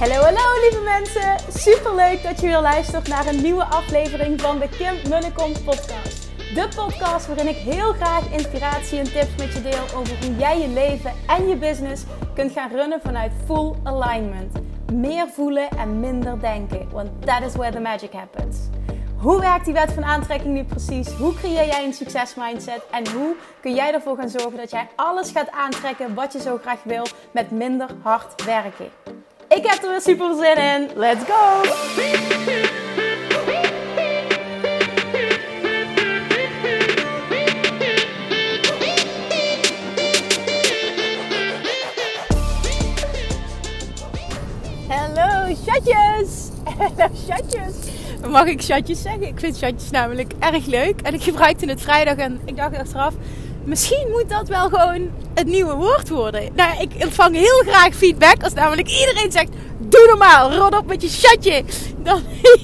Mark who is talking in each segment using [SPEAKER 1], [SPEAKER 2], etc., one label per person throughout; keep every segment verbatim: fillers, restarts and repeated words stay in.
[SPEAKER 1] Hallo, hallo lieve mensen. Superleuk dat je weer luistert naar een nieuwe aflevering van de Kim Munnekom podcast. De podcast waarin ik heel graag inspiratie en tips met je deel over hoe jij je leven en je business kunt gaan runnen vanuit full alignment. Meer voelen en minder denken, want that is where the magic happens. Hoe werkt die wet van aantrekking nu precies? Hoe creëer jij een succesmindset? En hoe kun jij ervoor gaan zorgen dat jij alles gaat aantrekken wat je zo graag wil met minder hard werken? Ik heb er weer super zin in. Let's go! Hallo chatjes! Hallo chatjes! Mag ik chatjes zeggen? Ik vind chatjes namelijk erg leuk. En ik gebruikte het vrijdag en ik dacht achteraf, misschien moet dat wel gewoon het nieuwe woord worden. Nou, ik ontvang heel graag feedback als namelijk iedereen zegt, doe normaal, rot op met je chatje. Dan,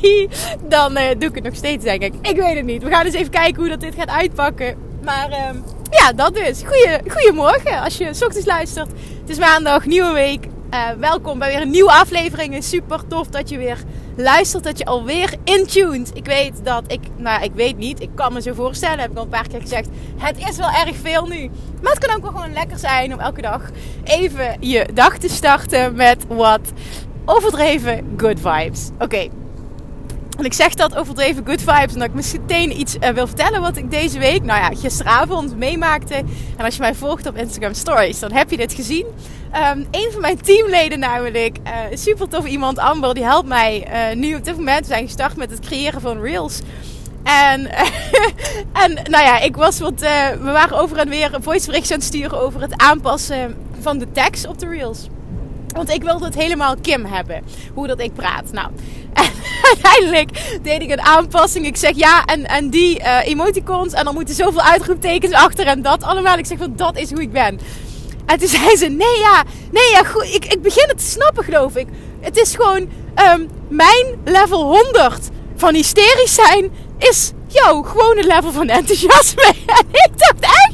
[SPEAKER 1] dan uh, doe ik het nog steeds, denk ik. Ik weet het niet. We gaan eens even kijken hoe dat dit gaat uitpakken. Maar uh, ja, dat dus. Goeie, goedemorgen als je 's ochtends luistert. Het is maandag, nieuwe week. Uh, welkom bij weer een nieuwe aflevering. Super tof dat je weer luistert, dat je alweer intuned. Ik weet dat ik, nou ik weet niet, ik kan me zo voorstellen, heb ik al een paar keer gezegd, het is wel erg veel nu. Maar het kan ook wel gewoon lekker zijn om elke dag even je dag te starten met wat overdreven good vibes. Oké. Okay. En ik zeg dat overdreven good vibes omdat ik meteen iets uh, wil vertellen wat ik deze week, nou ja, gisteravond meemaakte. En als je mij volgt op Instagram Stories, dan heb je dit gezien. Um, een van mijn teamleden namelijk, uh, super tof iemand, Amber, die helpt mij uh, nu op dit moment. We zijn gestart met het creëren van Reels. En, uh, en nou ja, ik was wat, uh, we waren over en weer een voicebericht aan het sturen over het aanpassen van de tekst op de Reels. Want ik wilde het helemaal Kim hebben, hoe dat ik praat. Nou, en uiteindelijk deed ik een aanpassing. Ik zeg ja, en, en die uh, emoticons. En dan moeten zoveel uitroeptekens achter en dat allemaal. Ik zeg van, dat is hoe ik ben. En toen zei ze, nee ja, nee ja, goed, ik, ik begin het te snappen geloof ik. Het is gewoon, um, mijn level honderd van hysterisch zijn is jouw gewone level van enthousiasme. En ik dacht echt,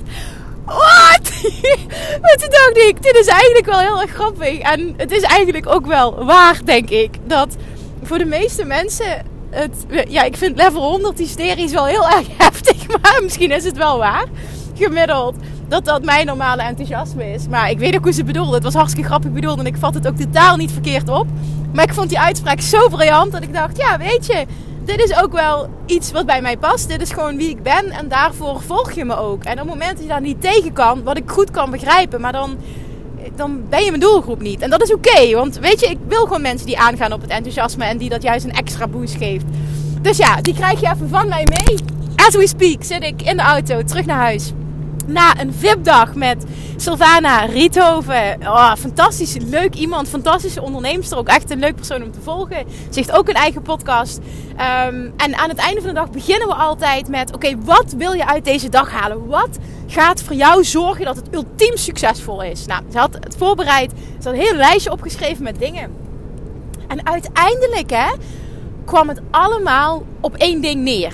[SPEAKER 1] wat? Maar toen dacht ik, dit is eigenlijk wel heel erg grappig. En het is eigenlijk ook wel waar, denk ik. Dat voor de meeste mensen, het, ja, ik vind level honderd hysterisch wel heel erg heftig. Maar misschien is het wel waar, gemiddeld, dat dat mijn normale enthousiasme is. Maar ik weet ook hoe ze bedoelde. Het was hartstikke grappig bedoeld en ik vat het ook totaal niet verkeerd op. Maar ik vond die uitspraak zo briljant dat ik dacht, ja, weet je, dit is ook wel iets wat bij mij past. Dit is gewoon wie ik ben en daarvoor volg je me ook. En op het moment dat je daar niet tegen kan, wat ik goed kan begrijpen, maar dan, dan ben je mijn doelgroep niet. En dat is oké, okay, want weet je, ik wil gewoon mensen die aangaan op het enthousiasme en die dat juist een extra boost geeft. Dus ja, die krijg je even van mij mee. As we speak zit ik in de auto terug naar huis. Na een V I P-dag met Sylvana Riethoven. Oh, fantastisch, leuk iemand. Fantastische onderneemster. Ook echt een leuk persoon om te volgen. Ze heeft ook een eigen podcast. Um, en aan het einde van de dag beginnen we altijd met, oké, okay, wat wil je uit deze dag halen? Wat gaat voor jou zorgen dat het ultiem succesvol is? Nou, ze had het voorbereid. Ze had een heel lijstje opgeschreven met dingen. En uiteindelijk, hè, kwam het allemaal op één ding neer.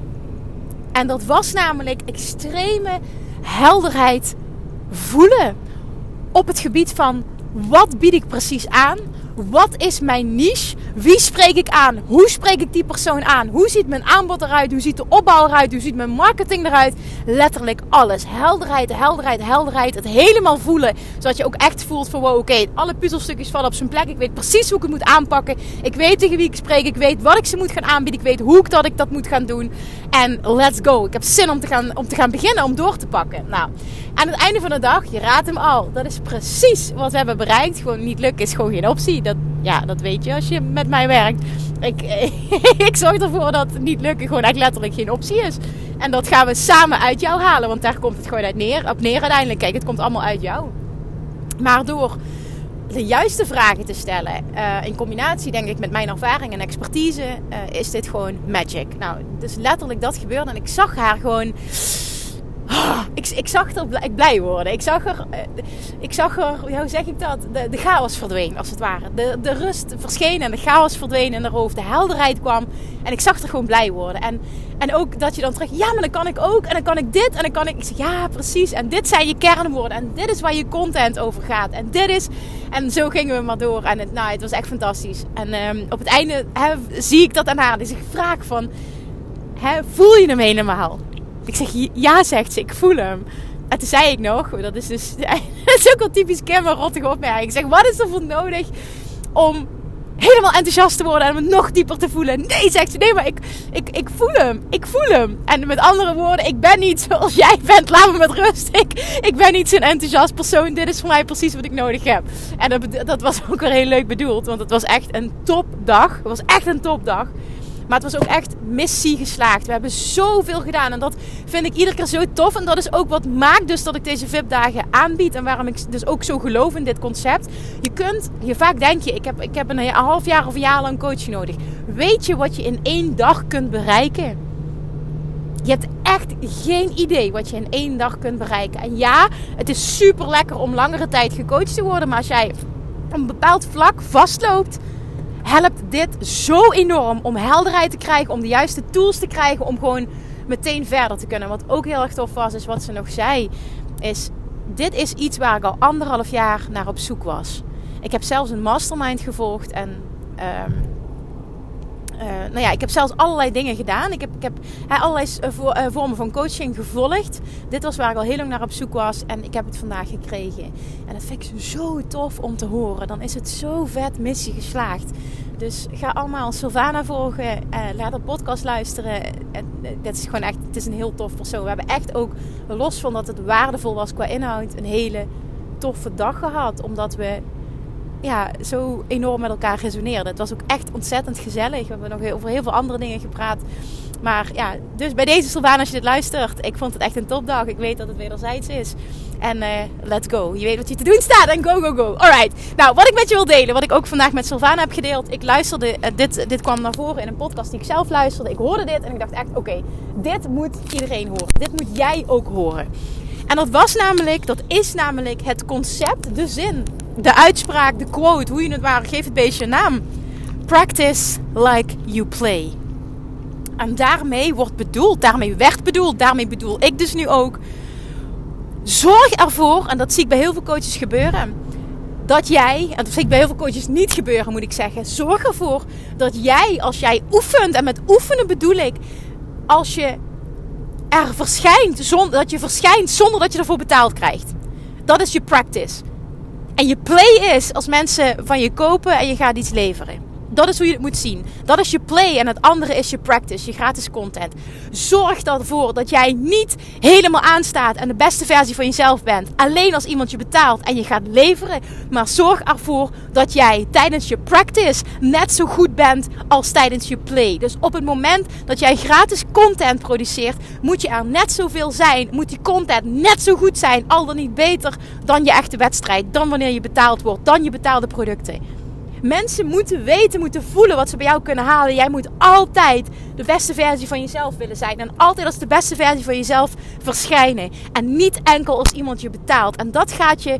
[SPEAKER 1] En dat was namelijk extreme helderheid voelen op het gebied van wat bied ik precies aan, wat is mijn niche, wie spreek ik aan, hoe spreek ik die persoon aan, hoe ziet mijn aanbod eruit, hoe ziet de opbouw eruit, hoe ziet mijn marketing eruit, letterlijk alles, helderheid, helderheid, helderheid, het helemaal voelen, zodat je ook echt voelt van wow, oké, okay, alle puzzelstukjes vallen op zijn plek, ik weet precies hoe ik het moet aanpakken, ik weet tegen wie ik spreek, ik weet wat ik ze moet gaan aanbieden, ik weet hoe ik dat ik dat moet gaan doen en let's go, ik heb zin om te gaan, om te gaan beginnen, om door te pakken. Nou, aan het einde van de dag, je raadt hem al, dat is precies wat we hebben bereikt, gewoon niet lukken is gewoon geen optie. Dat, ja, dat weet je als je met mij werkt. Ik, ik zorg ervoor dat niet lukken gewoon echt letterlijk geen optie is. En dat gaan we samen uit jou halen. Want daar komt het gewoon uit neer, op neer uiteindelijk. Kijk, het komt allemaal uit jou. Maar door de juiste vragen te stellen, uh, in combinatie denk ik met mijn ervaring en expertise, uh, is dit gewoon magic. Nou, dus letterlijk dat gebeurde. En ik zag haar gewoon... Oh, ik, ik, ik zag er blij, blij worden. Ik zag er, ik zag er, hoe zeg ik dat? De, de chaos verdween, als het ware. De, de rust verscheen en de chaos verdween in haar hoofd. De helderheid kwam en ik zag er gewoon blij worden. En, en ook dat je dan terug, ja, maar dan kan ik ook. En dan kan ik dit en dan kan ik... Ik zeg, ja, precies. En dit zijn je kernwoorden. En dit is waar je content over gaat. En dit is... En zo gingen we maar door. En het, nou, het was echt fantastisch. En um, op het einde he, zie ik dat aan haar. Dus ik vraag van, he, voel je hem helemaal? Ik zeg, ja, zegt ze, ik voel hem. En toen zei ik nog, dat is dus... Dat is ook wel typisch Kim, een rottige opmerking. Ik zeg, wat is er voor nodig om helemaal enthousiast te worden en hem nog dieper te voelen? Nee, zegt ze, nee, maar ik, ik, ik voel hem. Ik voel hem. En met andere woorden, ik ben niet zoals jij bent. Laat me met rust. Ik, ik ben niet zo'n enthousiast persoon. Dit is voor mij precies wat ik nodig heb. En dat, dat was ook weer heel leuk bedoeld. Want het was echt een topdag. Het was echt een topdag. Maar het was ook echt missie geslaagd. We hebben zoveel gedaan. En dat vind ik iedere keer zo tof. En dat is ook wat maakt dus dat ik deze V I P-dagen aanbied. En waarom ik dus ook zo geloof in dit concept. Je kunt, je vaak denk je, ik heb, ik heb een half jaar of een jaar lang coaching nodig. Weet je wat je in één dag kunt bereiken? Je hebt echt geen idee wat je in één dag kunt bereiken. En ja, het is super lekker om langere tijd gecoacht te worden. Maar als jij op een bepaald vlak vastloopt, helpt dit zo enorm om helderheid te krijgen, om de juiste tools te krijgen, om gewoon meteen verder te kunnen. Wat ook heel erg tof was, is wat ze nog zei, is dit is iets waar ik al anderhalf jaar naar op zoek was. Ik heb zelfs een mastermind gevolgd en um, uh, nou ja, ik heb zelfs allerlei dingen gedaan. Ik heb, ik heb uh, allerlei uh, vormen van coaching gevolgd. Dit was waar ik al heel lang naar op zoek was en ik heb het vandaag gekregen. En dat vind ik zo tof om te horen. Dan is het zo vet missie geslaagd. Dus ga allemaal Sylvana volgen. Uh, laat de podcast luisteren. En, uh, dit is gewoon echt, het is een heel tof persoon. We hebben echt ook, los van dat het waardevol was qua inhoud, een hele toffe dag gehad. Omdat we ja, zo enorm met elkaar resoneerden. Het was ook echt ontzettend gezellig. We hebben nog over heel veel andere dingen gepraat. Maar ja, dus bij deze Sylvana, als je dit luistert, ik vond het echt een topdag. Ik weet dat het wederzijds is. En uh, let's go. Je weet wat je te doen staat en go, go, go. Alright. Nou, wat ik met je wil delen, wat ik ook vandaag met Sylvana heb gedeeld. Ik luisterde, uh, dit, dit kwam naar voren in een podcast die ik zelf luisterde. Ik hoorde dit en ik dacht echt, oké, okay, dit moet iedereen horen. Dit moet jij ook horen. En dat was namelijk, dat is namelijk het concept, de zin, de uitspraak, de quote, hoe je het maar, geef het beestje een naam. Practice like you play. En daarmee wordt bedoeld, daarmee werd bedoeld, daarmee bedoel ik dus nu ook. Zorg ervoor, en dat zie ik bij heel veel coaches gebeuren, dat jij, en dat zie ik bij heel veel coaches niet gebeuren moet ik zeggen. Zorg ervoor dat jij, als jij oefent, en met oefenen bedoel ik, als je er verschijnt, zonder, dat je verschijnt zonder dat je ervoor betaald krijgt. Dat is je practice. En je play is als mensen van je kopen en je gaat iets leveren. Dat is hoe je het moet zien. Dat is je play en het andere is je practice, je gratis content. Zorg ervoor dat jij niet helemaal aanstaat en de beste versie van jezelf bent. Alleen als iemand je betaalt en je gaat leveren. Maar zorg ervoor dat jij tijdens je practice net zo goed bent als tijdens je play. Dus op het moment dat jij gratis content produceert, moet je er net zoveel zijn. Moet die content net zo goed zijn, al dan niet beter dan je echte wedstrijd. Dan wanneer je betaald wordt, dan je betaalde producten. Mensen moeten weten, moeten voelen wat ze bij jou kunnen halen. Jij moet altijd de beste versie van jezelf willen zijn. En altijd als de beste versie van jezelf verschijnen. En niet enkel als iemand je betaalt. En dat gaat je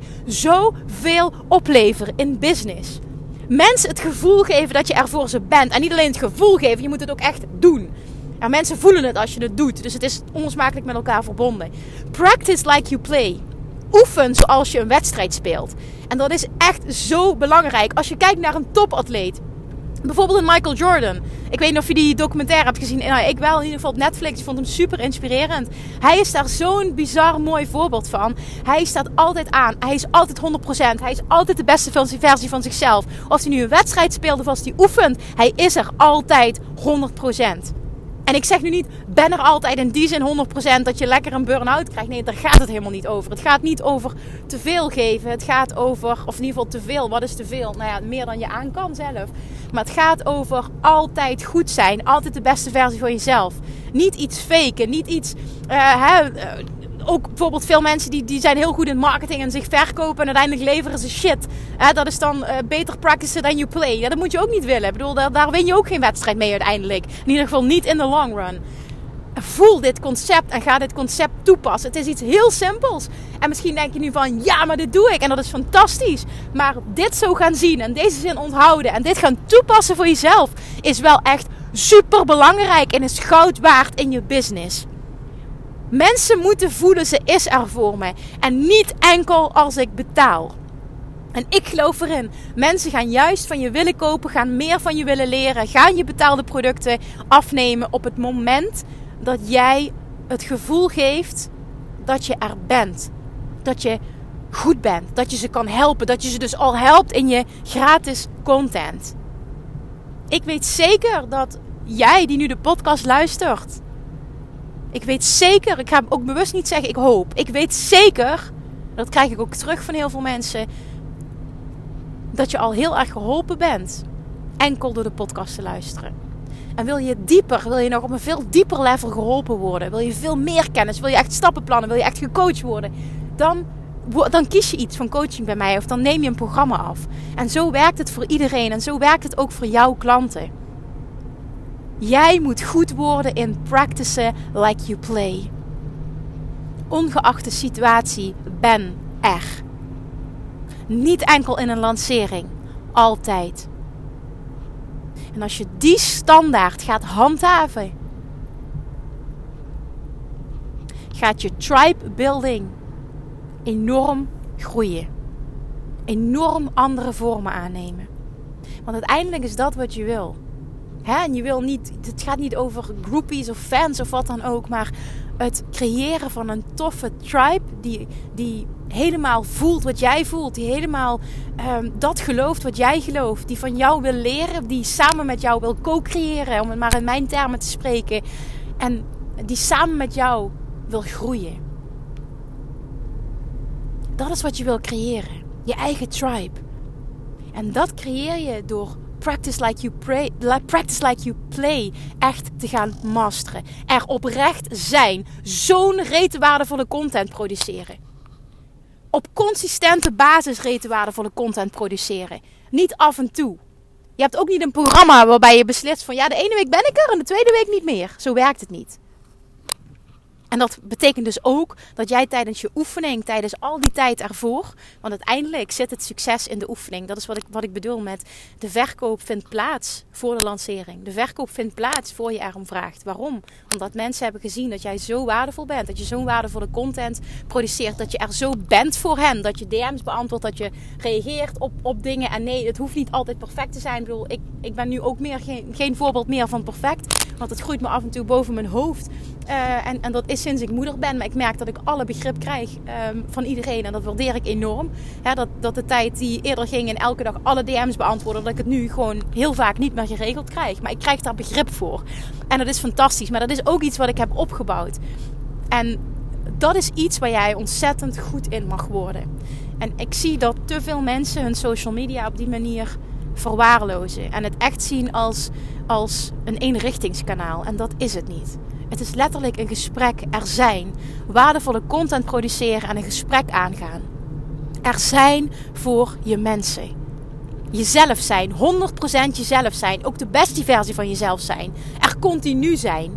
[SPEAKER 1] zoveel opleveren in business. Mensen het gevoel geven dat je er voor ze bent. En niet alleen het gevoel geven, je moet het ook echt doen. En mensen voelen het als je het doet. Dus het is onlosmakelijk met elkaar verbonden. Practice like you play. Oefen zoals je een wedstrijd speelt. En dat is echt zo belangrijk. Als je kijkt naar een topatleet. Bijvoorbeeld een Michael Jordan. Ik weet niet of je die documentaire hebt gezien. Nou, ik wel in ieder geval op Netflix. Ik vond hem super inspirerend. Hij is daar zo'n bizar mooi voorbeeld van. Hij staat altijd aan. Hij is altijd honderd procent. Hij is altijd de beste versie van zichzelf. Of hij nu een wedstrijd speelt of als hij oefent. Hij is er altijd honderd procent. En ik zeg nu niet, ben er altijd in die zin honderd procent dat je lekker een burn-out krijgt. Nee, daar gaat het helemaal niet over. Het gaat niet over te veel geven. Het gaat over, of in ieder geval te veel. Wat is te veel? Nou ja, meer dan je aan kan zelf. Maar het gaat over altijd goed zijn. Altijd de beste versie van jezelf. Niet iets faken. Niet iets... Uh, hè, uh, ook bijvoorbeeld veel mensen die, die zijn heel goed in marketing en zich verkopen en uiteindelijk leveren ze shit. Hè, dat is dan uh, beter practicen dan you play. Ja, dat moet je ook niet willen. Ik bedoel, daar, daar win je ook geen wedstrijd mee uiteindelijk. In ieder geval niet in de long run. voel dit concept en ga dit concept toepassen. Het is iets heel simpels. En misschien denk je nu van, ja, maar dit doe ik. En dat is fantastisch. Maar dit zo gaan zien en deze zin onthouden en dit gaan toepassen voor jezelf is wel echt super belangrijk en is goud waard in je business. Mensen moeten voelen, ze is er voor me. En niet enkel als ik betaal. En ik geloof erin. Mensen gaan juist van je willen kopen, gaan meer van je willen leren, gaan je betaalde producten afnemen op het moment dat jij het gevoel geeft dat je er bent. Dat je goed bent. Dat je ze kan helpen. Dat je ze dus al helpt in je gratis content. Ik weet zeker dat jij die nu de podcast luistert. Ik weet zeker, ik ga ook bewust niet zeggen ik hoop. Ik weet zeker, dat krijg ik ook terug van heel veel mensen, dat je al heel erg geholpen bent. Enkel door de podcast te luisteren. En wil je dieper, wil je nog op een veel dieper level geholpen worden? Wil je veel meer kennis? Wil je echt stappenplannen? Wil je echt gecoacht worden? Dan, dan kies je iets van coaching bij mij. Of dan neem je een programma af. En zo werkt het voor iedereen. En zo werkt het ook voor jouw klanten. Jij moet goed worden in practicen like you play. Ongeacht de situatie, ben er. Niet enkel in een lancering. Altijd. En als je die standaard gaat handhaven, gaat je tribe building enorm groeien. Enorm andere vormen aannemen. Want uiteindelijk is dat wat je wil. Hè? En je wil niet, het gaat niet over groupies of fans of wat dan ook, maar het creëren van een toffe tribe die, die helemaal voelt wat jij voelt. Die helemaal um, dat gelooft wat jij gelooft. Die van jou wil leren. Die samen met jou wil co-creëren. Om het maar in mijn termen te spreken. En die samen met jou wil groeien. Dat is wat je wil creëren. Je eigen tribe. En dat creëer je door practice like you, pray, practice like you play echt te gaan masteren. Er oprecht zijn. Zo'n rete waardevolle content produceren. Op consistente basis rete waardevolle content produceren. Niet af en toe. Je hebt ook niet een programma waarbij je beslist van ja, de ene week ben ik er en de tweede week niet meer. Zo werkt het niet. En dat betekent dus ook dat jij tijdens je oefening, tijdens al die tijd ervoor, want uiteindelijk zit het succes in de oefening. Dat is wat ik, wat ik bedoel met de verkoop vindt plaats voor de lancering. De verkoop vindt plaats voor je erom vraagt. Waarom? Omdat mensen hebben gezien dat jij zo waardevol bent. Dat je zo'n waardevolle content produceert. Dat je er zo bent voor hen. Dat je D M's beantwoordt. Dat je reageert op, op dingen. En nee, het hoeft niet altijd perfect te zijn. Ik bedoel, ik, ik ben nu ook meer geen, geen voorbeeld meer van perfect. Want het groeit me af en toe boven mijn hoofd. Uh, en, en dat is sinds ik moeder ben. Maar ik merk dat ik alle begrip krijg um, van iedereen. En dat waardeer ik enorm. Ja, dat, dat de tijd die eerder ging en elke dag alle D M's beantwoorden. Dat ik het nu gewoon heel vaak niet meer geregeld krijg. Maar ik krijg daar begrip voor. En dat is fantastisch. Maar dat is ook iets wat ik heb opgebouwd. En dat is iets waar jij ontzettend goed in mag worden. En ik zie dat te veel mensen hun social media op die manier verwaarlozen. En het echt zien als, als een eenrichtingskanaal. En dat is het niet. Het is letterlijk een gesprek er zijn. Waardevolle content produceren en een gesprek aangaan. Er zijn voor je mensen. Jezelf zijn. honderd procent jezelf zijn. Ook de beste versie van jezelf zijn. Er continu zijn.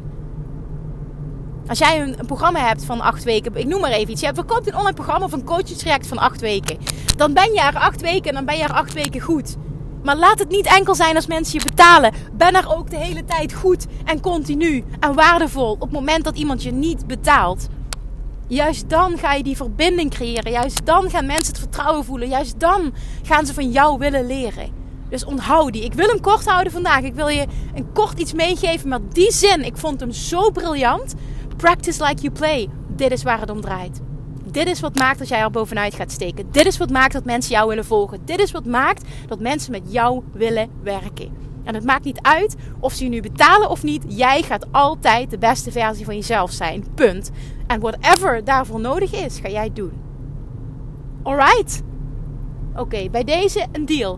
[SPEAKER 1] Als jij een, een programma hebt van acht weken. Ik noem maar even iets. Je verkoopt een online programma of een coachingstraject van acht weken. Dan ben je er acht weken en dan ben je er acht weken goed. Maar laat het niet enkel zijn als mensen je betalen. Ben er ook de hele tijd goed en continu en waardevol. Op het moment dat iemand je niet betaalt. Juist dan ga je die verbinding creëren. Juist dan gaan mensen het vertrouwen voelen. Juist dan gaan ze van jou willen leren. Dus onthoud die. Ik wil hem kort houden vandaag. Ik wil je een kort iets meegeven. Maar die zin, ik vond hem zo briljant. Practice like you play. Dit is waar het om draait. Dit is wat maakt dat jij er bovenuit gaat steken. Dit is wat maakt dat mensen jou willen volgen. Dit is wat maakt dat mensen met jou willen werken. En het maakt niet uit of ze je nu betalen of niet. Jij gaat altijd de beste versie van jezelf zijn. Punt. En whatever daarvoor nodig is, ga jij doen. Alright? Oké, okay, bij deze een deal.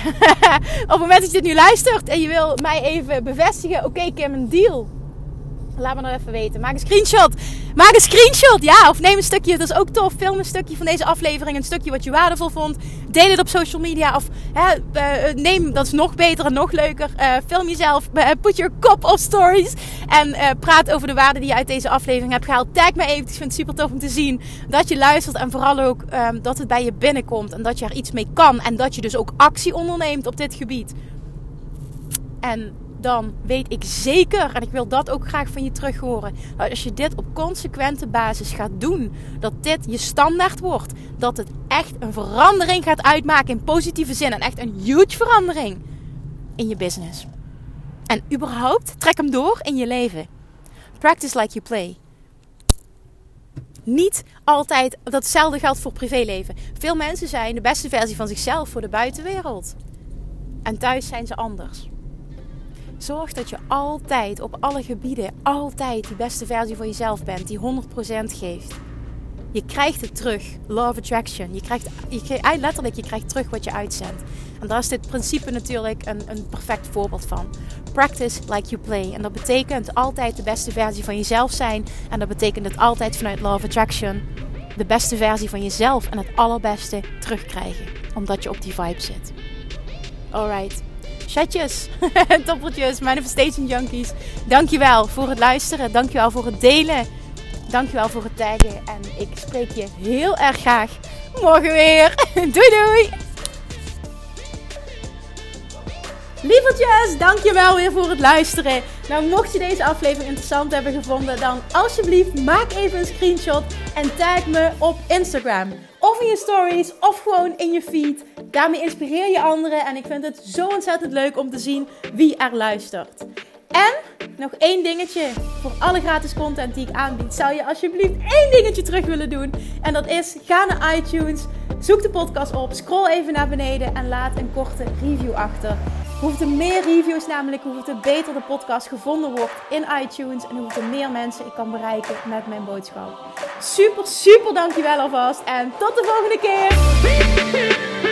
[SPEAKER 1] Op het moment dat je dit nu luistert en je wil mij even bevestigen. Oké, okay, Kim, een deal. Laat me dat even weten. Maak een screenshot. Maak een screenshot. Ja, of neem een stukje. Dat is ook tof. Film een stukje van deze aflevering. Een stukje wat je waardevol vond. Deel het op social media. Of hè, uh, neem, dat is nog beter en nog leuker. Uh, film jezelf. Uh, put your kop op stories. En uh, praat over de waarde die je uit deze aflevering hebt gehaald. Tag me even. Ik vind het super tof om te zien dat je luistert. En vooral ook um, dat het bij je binnenkomt. En dat je er iets mee kan. En dat je dus ook actie onderneemt op dit gebied. En dan weet ik zeker, en ik wil dat ook graag van je terug horen, dat als je dit op consequente basis gaat doen, dat dit je standaard wordt. Dat het echt een verandering gaat uitmaken in positieve zin. En echt een huge verandering in je business. En überhaupt, trek hem door in je leven. Practice like you play. Niet altijd, datzelfde geldt voor privéleven. Veel mensen zijn de beste versie van zichzelf voor de buitenwereld. En thuis zijn ze anders. Zorg dat je altijd, op alle gebieden, altijd die beste versie van jezelf bent. Die honderd procent geeft. Je krijgt het terug. Law of attraction. Je krijgt, je krijgt, letterlijk, je krijgt terug wat je uitzendt. En daar is dit principe natuurlijk een, een perfect voorbeeld van. Practice like you play. En dat betekent altijd de beste versie van jezelf zijn. En dat betekent het altijd vanuit Law of Attraction de beste versie van jezelf en het allerbeste terugkrijgen. Omdat je op die vibe zit. Alright. Chatjes, toppeltjes, manifestation junkies. Dankjewel voor het luisteren. Dankjewel voor het delen. Dankjewel voor het taggen. En ik spreek je heel erg graag morgen weer. Doei doei. Lievertjes, dankjewel weer voor het luisteren. Nou, mocht je deze aflevering interessant hebben gevonden, dan alsjeblieft maak even een screenshot en tag me op Instagram. Of in je stories, of gewoon in je feed. Daarmee inspireer je anderen en ik vind het zo ontzettend leuk om te zien wie er luistert. En nog één dingetje voor alle gratis content die ik aanbied. Zou je alsjeblieft één dingetje terug willen doen? En dat is, ga naar iTunes, zoek de podcast op, scroll even naar beneden en laat een korte review achter. Hoeveel er meer reviews namelijk, hoeveel er beter de podcast gevonden wordt in iTunes. En hoeveel er meer mensen ik kan bereiken met mijn boodschap. Super, super dankjewel alvast. En tot de volgende keer.